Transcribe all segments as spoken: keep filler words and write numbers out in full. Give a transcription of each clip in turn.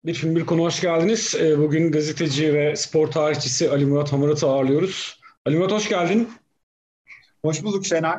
Bir film bir konu hoş geldiniz. Ee, Bugün gazeteci ve spor tarihçisi Ali Murat Hamarat'ı ağırlıyoruz. Ali Murat hoş geldin. Hoş bulduk Şener.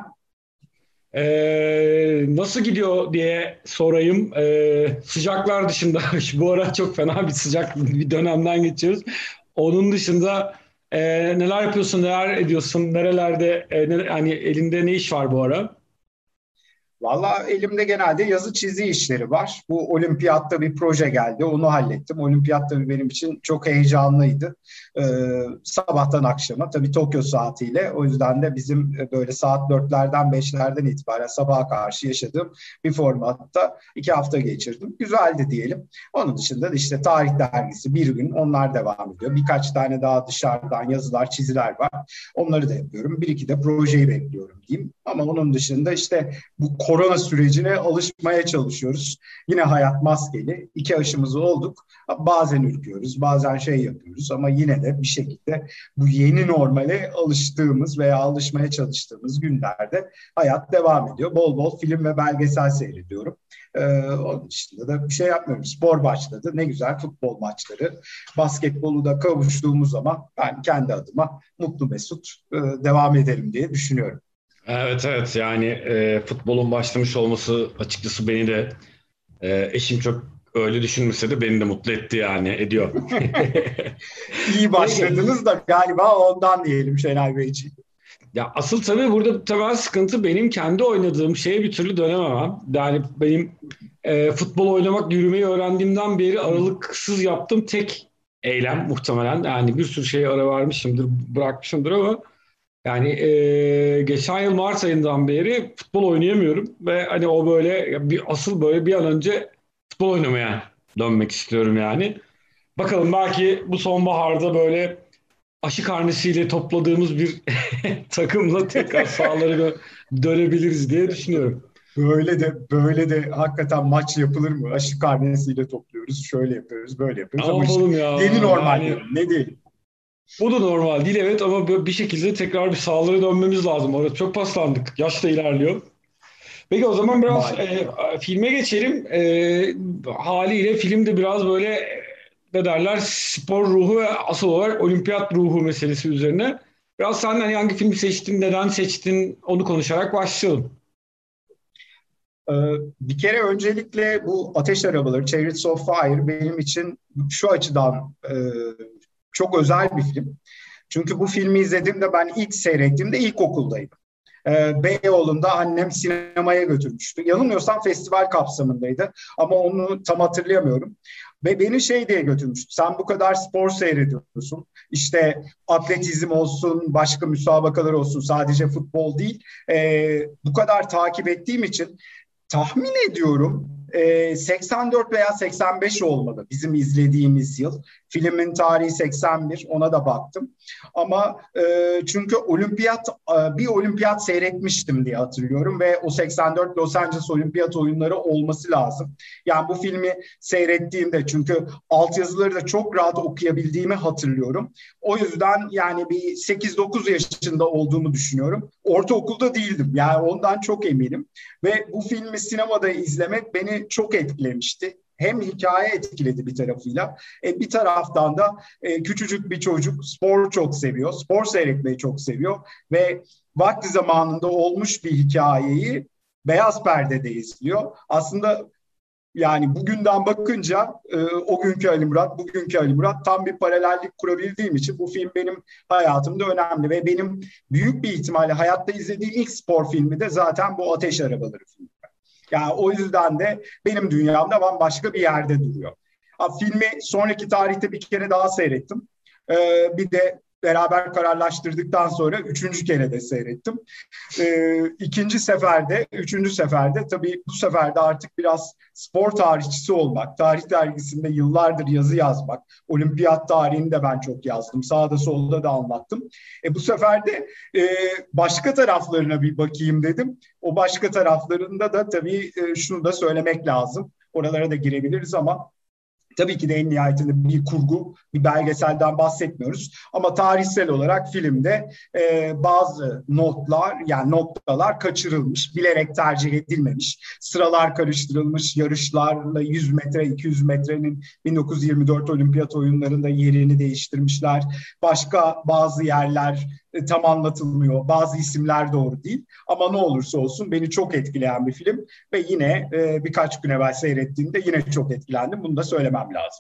Ee, nasıl gidiyor diye sorayım. Ee, sıcaklar dışında bu ara çok fena bir sıcak bir dönemden geçiyoruz. Onun dışında e, neler yapıyorsun, neler ediyorsun, nerelerde, e, ne- hani elinde ne iş var bu ara? Valla elimde genelde yazı çizi işleri var. Bu olimpiyatta bir proje geldi. Onu hallettim. Olimpiyat tabii benim için çok heyecanlıydı. Ee, sabahtan akşama tabii Tokyo saatiyle. O yüzden de bizim e, böyle saat dörtlerden beşlerden itibaren sabaha karşı yaşadığım bir formatta iki hafta geçirdim. Güzeldi diyelim. Onun dışında da işte Tarih Dergisi bir gün onlar devam ediyor. Birkaç tane daha dışarıdan yazılar, çiziler var. Onları da yapıyorum. Bir iki de projeyi bekliyorum diyeyim. Ama onun dışında işte bu korona sürecine alışmaya çalışıyoruz. Yine hayat maskeli. İki aşımızı olduk. Bazen ürküyoruz, bazen şey yapıyoruz ama yine de bir şekilde bu yeni normale alıştığımız veya alışmaya çalıştığımız günlerde hayat devam ediyor. Bol bol film ve belgesel seyrediyorum. Ee, onun dışında da bir şey yapmıyorum. Spor başladı. Ne güzel futbol maçları. Basketbolu da kavuştuğumuz zaman ben kendi adıma mutlu mesut e, devam edelim diye düşünüyorum. Evet evet yani e, futbolun başlamış olması açıkçası beni de e, eşim çok öyle düşünmese de beni de mutlu etti yani ediyor. İyi Peki. başladınız da galiba ondan diyelim Şener Beyciğim. Ya asıl tabii burada temel sıkıntı benim kendi oynadığım şeye bir türlü dönememem. Yani benim e, futbol oynamak, yürümeyi öğrendiğimden beri aralıksız yaptığım tek eylem muhtemelen. Yani bir sürü şeye ara vermişimdir, bırakmışımdır ama yani e, geçen yıl Mart ayından beri futbol oynayamıyorum ve hani o böyle bir asıl böyle bir an önce futbol oynamaya dönmek istiyorum yani. Bakalım belki bu sonbaharda böyle aşı karnesiyle topladığımız bir takımla tekrar sahalara dö- dönebiliriz diye düşünüyorum. Böyle de böyle de hakikaten maç yapılır mı? Aşı karnesiyle topluyoruz. Şöyle yapıyoruz, böyle Ne yapıyoruz ama işte yapalım ya? yeni normal Yani diyelim. Ne değil? bu da normal değil evet ama böyle bir şekilde tekrar bir sahalara dönmemiz lazım. Orada çok paslandık. Yaş da ilerliyor. Peki o zaman biraz e, Maalesef. filme geçelim. E, haliyle filmde biraz böyle ne derler spor ruhu ve asıl olarak olimpiyat ruhu meselesi üzerine. Biraz sen hani hangi filmi seçtin, neden seçtin onu konuşarak başlayalım. Ee, bir kere öncelikle bu Ateş Arabaları, Chariots of Fire benim için şu açıdan e, çok özel bir film. Çünkü bu filmi izlediğimde ben ilk seyrettiğimde ilkokuldaydım. Ee, Beyoğlu'nda annem sinemaya götürmüştü. Yanılmıyorsam festival kapsamındaydı ama onu tam hatırlayamıyorum. Ve beni şey diye götürmüştü. Sen bu kadar spor seyrediyorsun. İşte atletizm olsun, başka müsabakalar olsun, sadece futbol değil. Ee, bu kadar takip ettiğim için tahmin ediyorum e, seksen dört veya seksen beş olmalı bizim izlediğimiz yıl. Filmin tarihi seksen bir, ona da baktım. Ama e, çünkü olimpiyat e, bir olimpiyat seyretmiştim diye hatırlıyorum ve o seksen dört Los Angeles Olimpiyat Oyunları olması lazım. Yani bu filmi seyrettiğimde çünkü altyazıları da çok rahat okuyabildiğimi hatırlıyorum. O yüzden yani bir sekiz dokuz yaşında olduğumu düşünüyorum. Ortaokulda değildim. Yani ondan çok eminim. Ve bu filmi sinemada izlemek beni çok etkilemişti. Hem hikaye etkiledi bir tarafıyla, e, bir taraftan da e, küçücük bir çocuk spor çok seviyor, spor seyretmeyi çok seviyor ve vakti zamanında olmuş bir hikayeyi beyaz perdede izliyor. Aslında yani bugünden bakınca e, o günkü Ali Murat, bugünkü Ali Murat tam bir paralellik kurabildiğim için bu film benim hayatımda önemli ve benim büyük bir ihtimalle hayatta izlediğim ilk spor filmi de zaten bu Ateş Arabaları filmi. Yani o yüzden de benim dünyamda bambaşka bir yerde duruyor. Ha, filmi sonraki tarihte bir kere daha seyrettim. Ee, bir de beraber kararlaştırdıktan sonra üçüncü kere de seyrettim. Ee, ikinci seferde, üçüncü seferde tabii bu sefer de artık biraz spor tarihçisi olmak, tarih dergisinde yıllardır yazı yazmak, olimpiyat tarihini de ben çok yazdım, sağda solda da anlattım. E, bu sefer de e, başka taraflarına bir bakayım dedim. O başka taraflarında da tabii e, şunu da söylemek lazım. Oralara da girebiliriz ama Tabii ki de en nihayetinde bir kurgu, bir belgeselden bahsetmiyoruz. Ama tarihsel olarak filmde e, bazı notlar, yani noktalar kaçırılmış, bilerek tercih edilmemiş. Sıralar karıştırılmış, yarışlarla yüz metre, iki yüz metrenin bin dokuz yüz yirmi dört Olimpiyat oyunlarında yerini değiştirmişler. Başka bazı yerler e, tam anlatılmıyor, bazı isimler doğru değil. Ama ne olursa olsun beni çok etkileyen bir film ve yine e, birkaç gün evvel seyrettiğimde yine çok etkilendim. Bunu da söylemem lazım.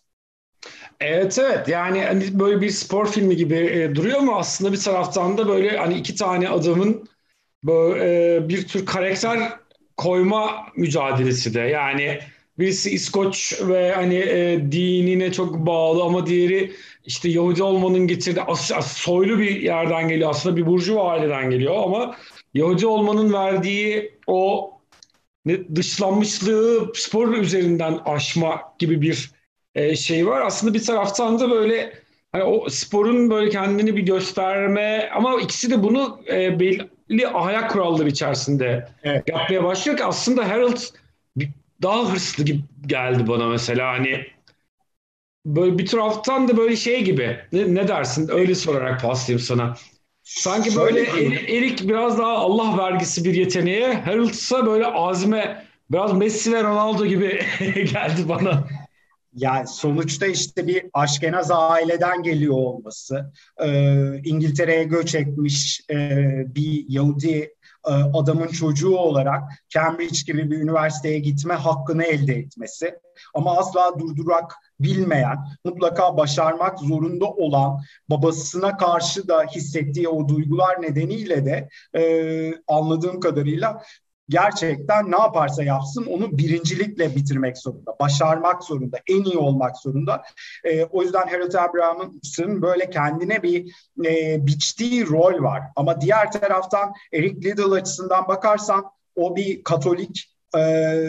Evet, evet, yani hani böyle bir spor filmi gibi e, duruyor ama aslında bir taraftan da böyle hani iki tane adamın böyle e, bir tür karakter koyma mücadelesi de, yani birisi İskoç ve hani e, dinine çok bağlı ama diğeri işte Yahudi olmanın getirdiği as, as, soylu bir yerden geliyor, aslında bir burjuva aileden geliyor ama Yahudi olmanın verdiği o ne, dışlanmışlığı spor üzerinden aşma gibi bir e, şey var. Aslında bir taraftan da böyle hani o sporun böyle kendini bir gösterme, ama ikisi de bunu e, belli ahlak kuralları içerisinde Evet. yapmaya başlıyor ki aslında Harold bir, daha hırslı gibi geldi bana mesela, hani böyle bir taraftan da böyle şey gibi, ne, ne dersin, öyle sorarak paslayayım sana. Sanki böyle Erik biraz daha Allah vergisi bir yeteneğe, Harold ise böyle azme, biraz Messi ve Ronaldo gibi geldi bana. Yani sonuçta işte bir Aşkenaz aileden geliyor olması, e, İngiltere'ye göç etmiş e, bir Yahudi e, adamın çocuğu olarak Cambridge gibi bir üniversiteye gitme hakkını elde etmesi, ama asla durdurak bilmeyen, mutlaka başarmak zorunda olan, babasına karşı da hissettiği o duygular nedeniyle de e, anladığım kadarıyla gerçekten ne yaparsa yapsın onu birincilikle bitirmek zorunda, başarmak zorunda, en iyi olmak zorunda. E, o yüzden Harold Abrahams'ın böyle kendine bir e, biçtiği rol var. Ama diğer taraftan Eric Liddell açısından bakarsan o bir Katolik, Ee,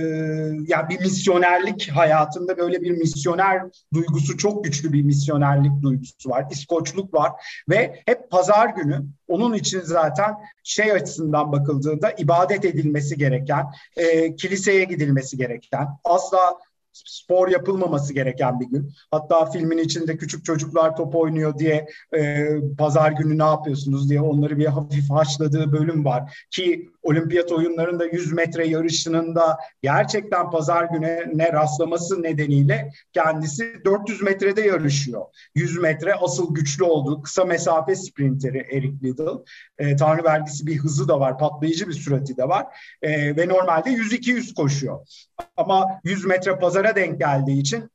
yani bir misyonerlik hayatında böyle bir misyoner duygusu, çok güçlü bir misyonerlik duygusu var. İskoçluk var ve hep pazar günü onun için zaten şey açısından bakıldığında ibadet edilmesi gereken, e, kiliseye gidilmesi gereken, asla spor yapılmaması gereken bir gün. Hatta filmin içinde küçük çocuklar top oynuyor diye e, pazar günü ne yapıyorsunuz diye onları bir hafif haşladığı bölüm var. Ki olimpiyat oyunlarında yüz metre yarışının da gerçekten pazar gününe rastlaması nedeniyle kendisi dört yüz metrede yarışıyor. yüz metre asıl güçlü olduğu kısa mesafe sprinteri Eric Liddell. E, Tanrı vergisi bir hızı da var, patlayıcı bir sürati de var. E, ve normalde yüz iki yüz koşuyor. Ama yüz metre pazara denk geldiği için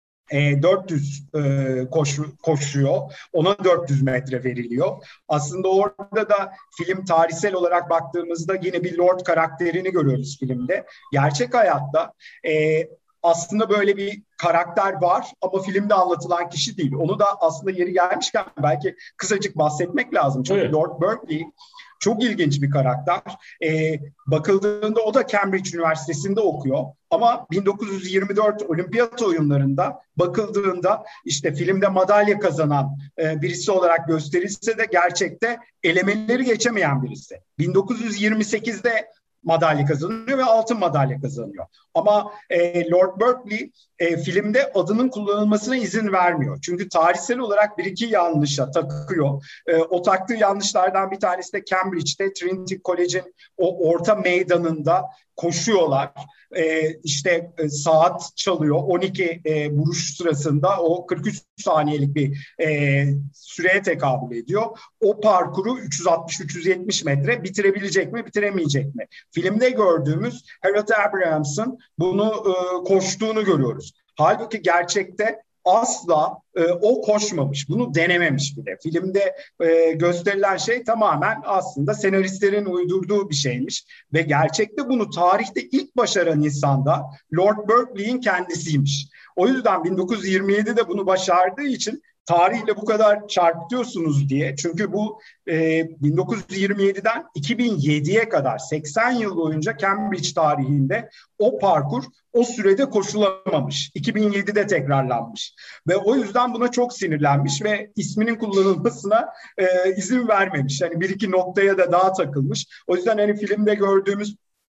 e, dört yüz e, koş, koşuyor. Ona dört yüz metre veriliyor. Aslında orada da film tarihsel olarak baktığımızda yine bir Lord karakterini görüyoruz filmde. Gerçek hayatta e, aslında böyle bir karakter var ama filmde anlatılan kişi değil. Onu da aslında yeri gelmişken belki kısacık bahsetmek lazım. Çünkü evet. Lord Berkeley çok ilginç bir karakter. Ee, bakıldığında o da Cambridge Üniversitesi'nde okuyor. Ama bin dokuz yüz yirmi dört Olimpiyat oyunlarında bakıldığında işte filmde madalya kazanan e, birisi olarak gösterilse de gerçekte elemeleri geçemeyen birisi. bin dokuz yüz yirmi sekizde madalya kazanıyor ve altın madalya kazanıyor. Ama e, Lord Berkeley e, filmde adının kullanılmasına izin vermiyor. Çünkü tarihsel olarak bir iki yanlışa takıyor. E, o taktığı yanlışlardan bir tanesi de Cambridge'de Trinity College'in o orta meydanında koşuyorlar. E, işte e, saat çalıyor. on iki e, vuruş sırasında o kırk üç saniyelik bir e, süreye tekabül ediyor. O parkuru üç yüz altmış üç yüz yetmiş metre bitirebilecek mi, bitiremeyecek mi? Filmde gördüğümüz Harold Abrahams'ın bunu e, koştuğunu görüyoruz. Halbuki gerçekte asla e, o koşmamış, bunu denememiş bile. Filmde e, gösterilen şey tamamen aslında senaristlerin uydurduğu bir şeymiş ve gerçekte bunu tarihte ilk başaran insan da Lord Berkeley'in kendisiymiş. O yüzden bin dokuz yüz yirmi yedide bunu başardığı için tarihle bu kadar çarpıtıyorsunuz diye. Çünkü bu e, bin dokuz yüz yirmi yediden iki bin yediye kadar seksen yıl boyunca Cambridge tarihinde o parkur o sürede koşulamamış. iki bin yedide tekrarlanmış. Ve o yüzden buna çok sinirlenmiş ve isminin kullanılmasına e, izin vermemiş. Hani bir iki noktaya da daha takılmış. O yüzden hani filmde gördüğümüz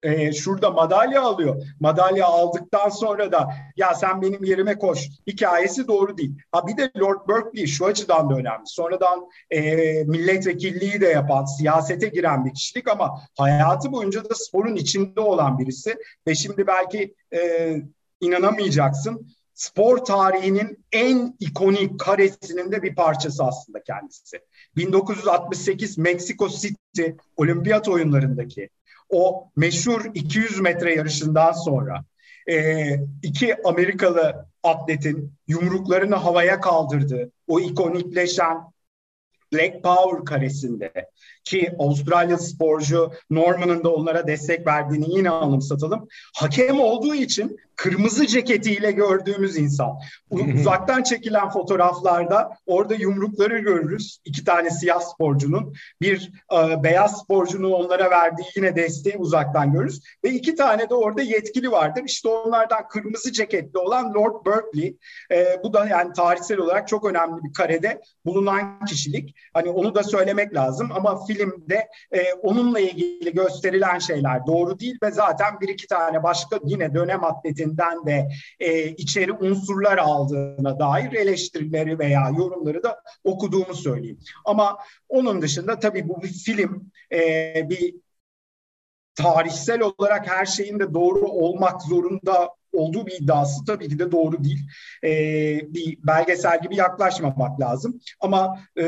e, şurada madalya alıyor. Madalya aldıktan sonra da ya sen benim yerime koş hikayesi doğru değil. Ha bir de Lord Berkeley şu açıdan da önemli. Sonradan e, milletvekilliği de yapan, siyasete giren bir kişilik ama hayatı boyunca da sporun içinde olan birisi. Ve şimdi belki e, inanamayacaksın. Spor tarihinin en ikonik karesinin de bir parçası aslında kendisi. bin dokuz yüz altmış sekiz Meksiko City Olimpiyat oyunlarındaki o meşhur iki yüz metre yarışından sonra e, iki Amerikalı atletin yumruklarını havaya kaldırdığı o ikonikleşen Black Power karesinde ki Avustralya sporcu Norman'ın da onlara destek verdiğini yine anımsatalım. Hakem olduğu için kırmızı ceketiyle gördüğümüz insan. Uzaktan çekilen fotoğraflarda orada yumrukları görürüz. İki tane siyah sporcunun, bir e, beyaz sporcunun onlara verdiği yine desteği uzaktan görürüz. Ve iki tane de orada yetkili vardır. İşte onlardan kırmızı ceketli olan Lord Berkeley. E, bu da yani tarihsel olarak çok önemli bir karede bulunan kişilik. Hani onu da söylemek lazım ama filmde e, onunla ilgili gösterilen şeyler doğru değil ve zaten bir iki tane başka yine dönem atletinden de e, içeri unsurlar aldığına dair eleştirileri veya yorumları da okuduğumu söyleyeyim. Ama onun dışında tabii bu bir film, e, bir tarihsel olarak her şeyin de doğru olmak zorunda olduğu bir iddiası tabii ki de doğru değil. Ee, bir belgesel gibi yaklaşmamak lazım. Ama e,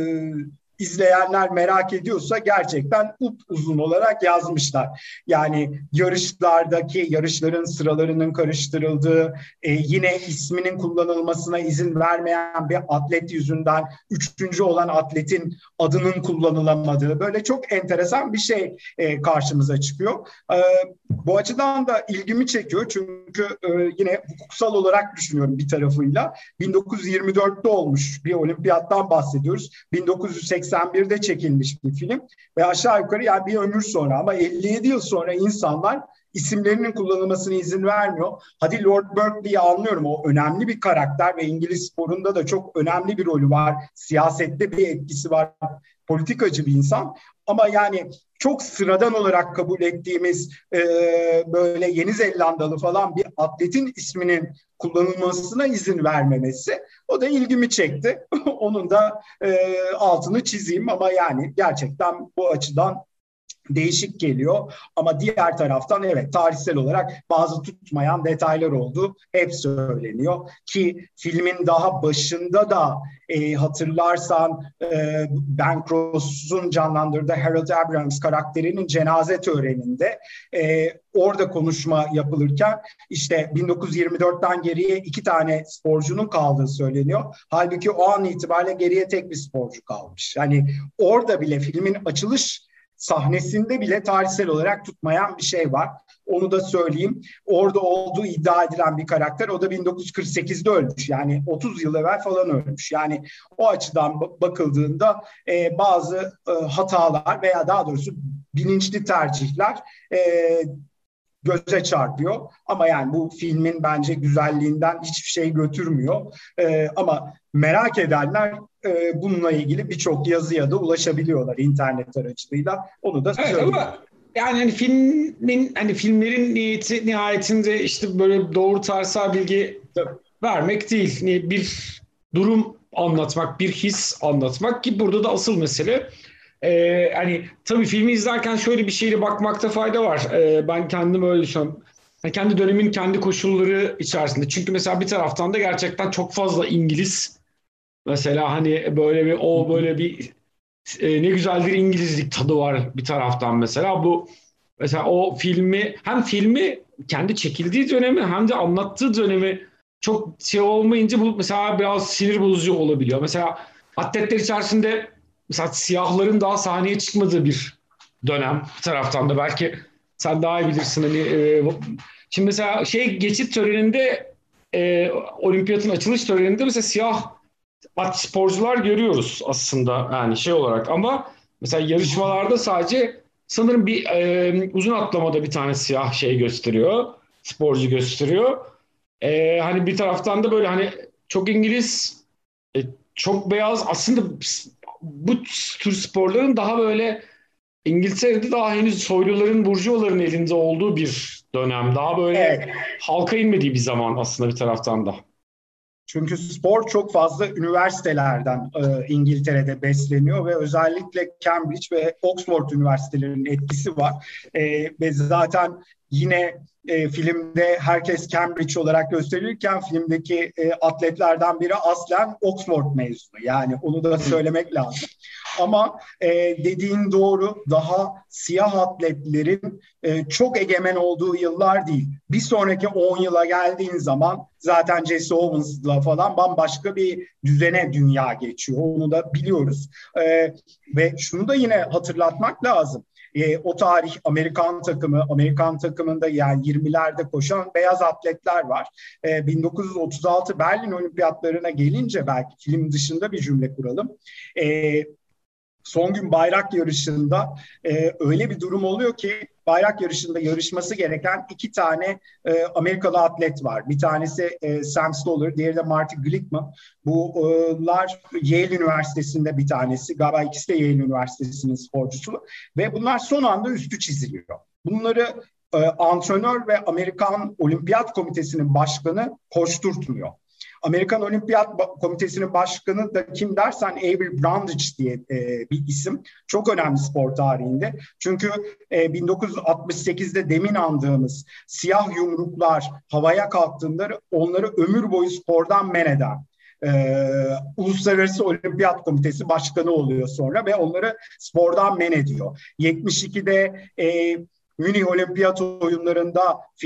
izleyenler merak ediyorsa gerçekten uzun olarak yazmışlar. Yani yarışlardaki yarışların sıralarının karıştırıldığı, e, yine isminin kullanılmasına izin vermeyen bir atlet yüzünden üçüncü olan atletin adının kullanılamadığı böyle çok enteresan bir şey e, karşımıza çıkıyor. E, bu açıdan da ilgimi çekiyor çünkü e, yine hukuksal olarak düşünüyorum bir tarafıyla. bin dokuz yüz yirmi dörtte olmuş bir olimpiyattan bahsediyoruz. bin dokuz yüz seksen birde çekilmiş bir film ve aşağı yukarı yani bir ömür sonra ama elli yedi yıl sonra insanlar isimlerinin kullanılmasına izin vermiyor. Hadi Lord Berkeley'i anlıyorum, o önemli bir karakter ve İngiliz sporunda da çok önemli bir rolü var. Siyasette bir etkisi var. Politikacı bir insan ama yani çok sıradan olarak kabul ettiğimiz e, böyle Yeni Zelandalı falan bir atletin isminin kullanılmasına izin vermemesi o da ilgimi çekti. Onun da e, altını çizeyim ama yani gerçekten bu açıdan değişik geliyor ama diğer taraftan evet tarihsel olarak bazı tutmayan detaylar oldu. Hep söyleniyor ki filmin daha başında da e, hatırlarsan e, Ben Cross'un canlandırdığı Harold Abrahams karakterinin cenaze töreninde e, orada konuşma yapılırken işte bin dokuz yüz yirmi dörtten geriye iki tane sporcunun kaldığı söyleniyor. Halbuki o an itibariyle geriye tek bir sporcu kalmış. Yani orada bile filmin açılış sahnesinde bile tarihsel olarak tutmayan bir şey var. Onu da söyleyeyim. Orada olduğu iddia edilen bir karakter. O da bin dokuz yüz kırk sekizde ölmüş. Yani otuz yıl evvel falan ölmüş. Yani o açıdan bakıldığında e, bazı e, hatalar veya daha doğrusu bilinçli tercihler e, göze çarpıyor. Ama yani bu filmin bence güzelliğinden hiçbir şey götürmüyor. E, ama merak edenler e, bununla ilgili birçok yazıya da ulaşabiliyorlar internet aracılığıyla. Onu da evet, söyleyeyim. ama yani hani filmin hani filmlerin niyeti nihayetinde işte böyle doğru tarihsel bilgi vermek değil. Bir durum anlatmak, bir his anlatmak ki burada da asıl mesele. Ee, hani tabii filmi izlerken şöyle bir şeyle bakmakta fayda var. Ee, ben kendim öyle düşünüyorum. Yani kendi dönemin kendi koşulları içerisinde. Çünkü mesela bir taraftan da gerçekten çok fazla İngiliz. Mesela hani böyle bir o böyle bir e, ne güzeldir İngilizlik tadı var bir taraftan mesela. Bu mesela o filmi hem filmi kendi çekildiği dönemi hem de anlattığı dönemi çok şey olmayınca bu mesela biraz sinir bozucu olabiliyor. Mesela atletler içerisinde mesela siyahların daha sahneye çıkmadığı bir dönem bir taraftan da belki sen daha iyi bilirsin hani e, şimdi mesela şey geçit töreninde e, olimpiyatın açılış töreninde mesela siyah at sporcular görüyoruz aslında yani şey olarak ama mesela yarışmalarda sadece sanırım bir e, uzun atlamada bir tane siyah şey gösteriyor sporcu gösteriyor e, hani bir taraftan da böyle hani çok İngiliz e, çok beyaz aslında bu tür sporların daha böyle İngiltere'de daha henüz soyluların, burjuvaların elinde olduğu bir dönem. Daha böyle evet, halka inmediği bir zaman aslında bir taraftan da. Çünkü spor çok fazla üniversitelerden e, İngiltere'de besleniyor ve özellikle Cambridge ve Oxford üniversitelerinin etkisi var. E, ve zaten yine e, filmde herkes Cambridge olarak gösterilirken filmdeki e, atletlerden biri aslen Oxford mezunu. Yani onu da söylemek lazım. Ama e, dediğin doğru, daha siyah atletlerin e, çok egemen olduğu yıllar değil. Bir sonraki on yıla geldiğin zaman zaten Jesse Owens'la falan bambaşka bir düzene dünya geçiyor. Onu da biliyoruz. E, ve şunu da yine hatırlatmak lazım. E, o tarih Amerikan takımı, Amerikan takımında yani yirmilerde koşan beyaz atletler var. E, bin dokuz yüz otuz altı Berlin Olimpiyatlarına gelince belki film dışında bir cümle kuralım. E, son gün bayrak yarışında e, öyle bir durum oluyor ki bayrak yarışında yarışması gereken iki tane e, Amerikalı atlet var. Bir tanesi e, Sam Stoller, diğeri de Marty Glickman. Bunlar Yale Üniversitesi'nde bir tanesi. Galiba ikisi de Yale Üniversitesi'nin sporcusu. Ve bunlar son anda üstü çiziliyor. Bunları e, antrenör ve Amerikan Olimpiyat Komitesi'nin başkanı koşturtmuyor. Amerikan Olimpiyat Komitesi'nin başkanı da kim dersen Avery Brundage diye e, bir isim. Çok önemli spor tarihinde. Çünkü e, bin dokuz yüz altmış sekizde demin andığımız siyah yumruklar havaya kalktığında onları ömür boyu spordan men eden Ee, Uluslararası Olimpiyat Komitesi Başkanı oluyor sonra ve onları spordan men ediyor. yetmiş ikide e, Münih Olimpiyat Oyunları'nda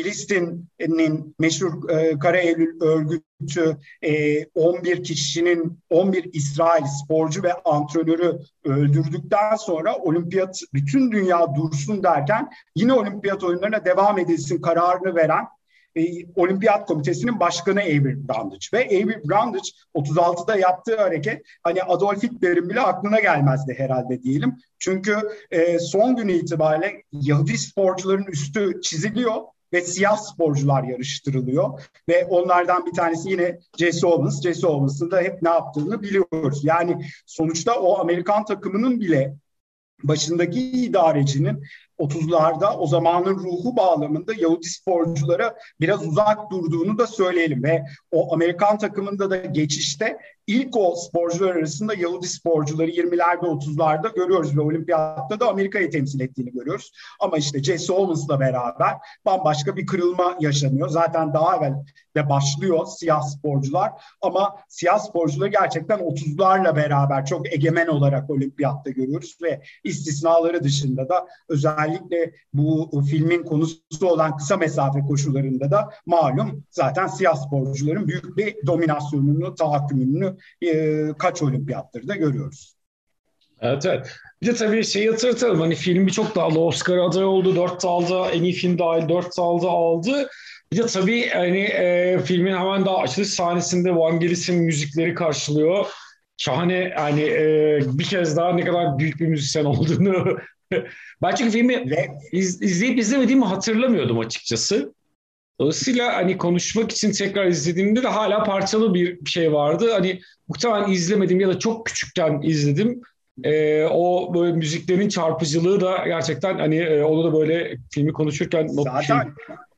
Filistin'in meşhur e, Kara Eylül örgütü e, on bir kişinin on bir İsrail sporcu ve antrenörü öldürdükten sonra olimpiyat bütün dünya dursun derken yine olimpiyat oyunlarına devam edilsin kararını veren E, Olimpiyat Komitesi'nin başkanı Avery Brundage ve Avery Brundage otuz altıda yaptığı hareket hani Adolf Hitler'in bile aklına gelmezdi herhalde diyelim. Çünkü e, son günü itibariyle Yahudi sporcuların üstü çiziliyor ve siyah sporcular yarıştırılıyor ve onlardan bir tanesi yine Jesse Owens. Jesse Owens'ın da hep ne yaptığını biliyoruz. Yani sonuçta o Amerikan takımının bile başındaki idarecinin otuzlarda o zamanın ruhu bağlamında Yahudi sporculara biraz uzak durduğunu da söyleyelim ve o Amerikan takımında da geçişte ilk o sporcular arasında Yahudi sporcuları yirmilerde otuzlarda görüyoruz ve olimpiyatta da Amerika'yı temsil ettiğini görüyoruz. Ama işte Jesse Owens'la beraber bambaşka bir kırılma yaşanıyor. Zaten daha evvel de başlıyor siyah sporcular ama siyah sporcuları gerçekten otuzlarla beraber çok egemen olarak olimpiyatta görüyoruz ve istisnaları dışında da özellikle bu filmin konusu olan kısa mesafe koşularında da malum zaten siyah sporcuların büyük bir dominasyonunu, tahakkümünü e, kaç olimpiyatları da görüyoruz. Evet, evet. Bir de tabii şeyi hatırlatalım. Hani film birçok dalda Oscar adayı oldu. Dört dalda en iyi film dahil dört dalda aldı. Bir de tabii hani e, filmin hemen daha açılış sahnesinde Vangelis'in müzikleri karşılıyor. Şahane hani e, bir kez daha ne kadar büyük bir müzisyen olduğunu ben çünkü filmi iz, izleyip izlemediğimi hatırlamıyordum açıkçası. Dolayısıyla hani konuşmak için tekrar izlediğimde de hala parçalı bir şey vardı. Hani muhtemelen izlemedim ya da çok küçükken izledim. Ee, o böyle müziklerin çarpıcılığı da gerçekten hani e, onu da böyle filmi konuşurken not zaten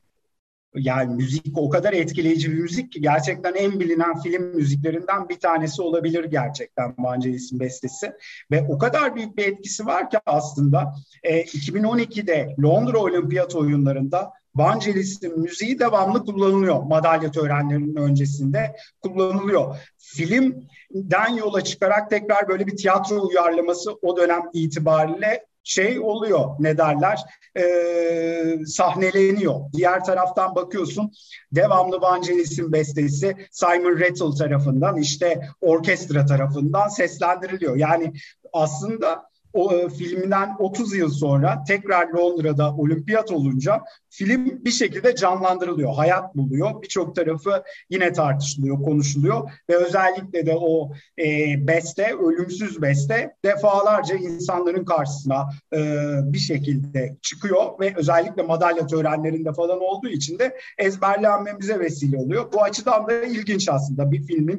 yani müzik o kadar etkileyici bir müzik ki gerçekten en bilinen film müziklerinden bir tanesi olabilir gerçekten Vangelis'in bestesi ve o kadar büyük bir etkisi var ki aslında e, iki bin on ikide Londra Olimpiyat Oyunları'nda Vangelis'in müziği devamlı kullanılıyor. Madalya törenlerinin öncesinde kullanılıyor. Filmden yola çıkarak tekrar böyle bir tiyatro uyarlaması o dönem itibariyle şey oluyor, ne derler, e, sahneleniyor. Diğer taraftan bakıyorsun, devamlı Vangelis'in bestesi Simon Rattle tarafından, işte orkestra tarafından seslendiriliyor. Yani aslında o e, filmden otuz yıl sonra tekrar Londra'da olimpiyat olunca film bir şekilde canlandırılıyor, hayat buluyor. Birçok tarafı yine tartışılıyor, konuşuluyor ve özellikle de o e, beste, ölümsüz beste defalarca insanların karşısına e, bir şekilde çıkıyor ve özellikle madalya törenlerinde falan olduğu için de ezberlenmemize vesile oluyor. Bu açıdan da ilginç aslında bir filmin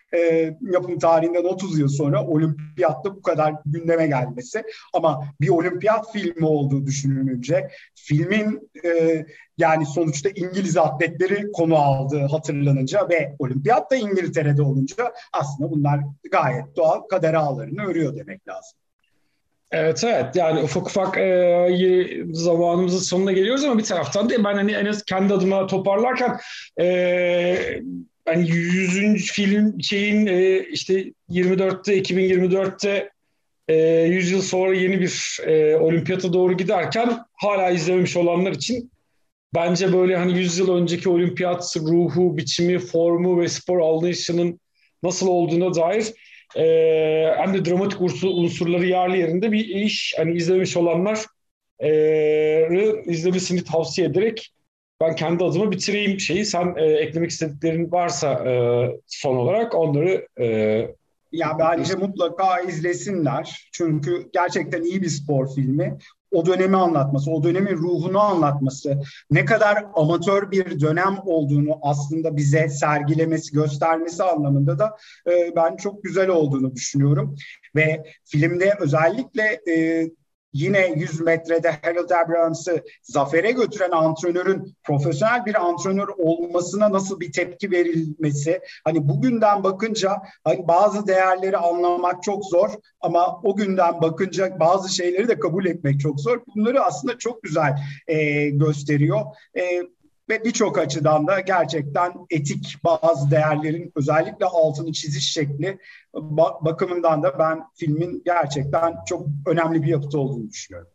e, yapım tarihinden otuz yıl sonra olimpiyatta bu kadar gündeme gelmesi. Ama bir olimpiyat filmi olduğu düşünülünce filmin e, yani sonuçta İngiliz atletleri konu aldığı hatırlanınca ve olimpiyat da İngiltere'de olunca aslında bunlar gayet doğal kader ağlarını örüyor demek lazım. Evet, evet, yani ufak ufak e, zamanımızın sonuna geliyoruz ama bir taraftan da ben hani en az kendi adıma toparlarken e, hani yüzüncü film şeyin e, işte yirmi dörtte iki bin yirmi dörtte e, yüz yıl sonra yeni bir e, olimpiyata doğru giderken hala izlememiş olanlar için bence böyle hani yüz yıl önceki olimpiyat ruhu, biçimi, formu ve spor anlayışının nasıl olduğuna dair e, hem de dramatik unsurları yerli yerinde bir iş. Hani izlemiş olanlar e, izlemesini tavsiye ederek ben kendi adıma bitireyim şeyi. Sen e, eklemek istediklerin varsa e, son olarak onları e, Ya bence mutlaka izlesinler. Çünkü gerçekten iyi bir spor filmi. O dönemi anlatması, o dönemin ruhunu anlatması, ne kadar amatör bir dönem olduğunu aslında bize sergilemesi, göstermesi anlamında da e, ben çok güzel olduğunu düşünüyorum. Ve filmde özellikle e, yine yüz metrede Harold Abrahams'ı zafere götüren antrenörün profesyonel bir antrenör olmasına nasıl bir tepki verilmesi. Hani bugünden bakınca hani bazı değerleri anlamak çok zor ama o günden bakınca bazı şeyleri de kabul etmek çok zor. Bunları aslında çok güzel e, gösteriyor. E, Ve birçok açıdan da gerçekten etik bazı değerlerin özellikle altını çiziş şekli bakımından da ben filmin gerçekten çok önemli bir yapıt olduğunu düşünüyorum.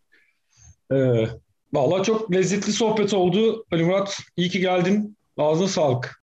Ee, Vallahi çok lezzetli sohbet oldu. Ali Murat, iyi ki geldin. Ağzına sağlık.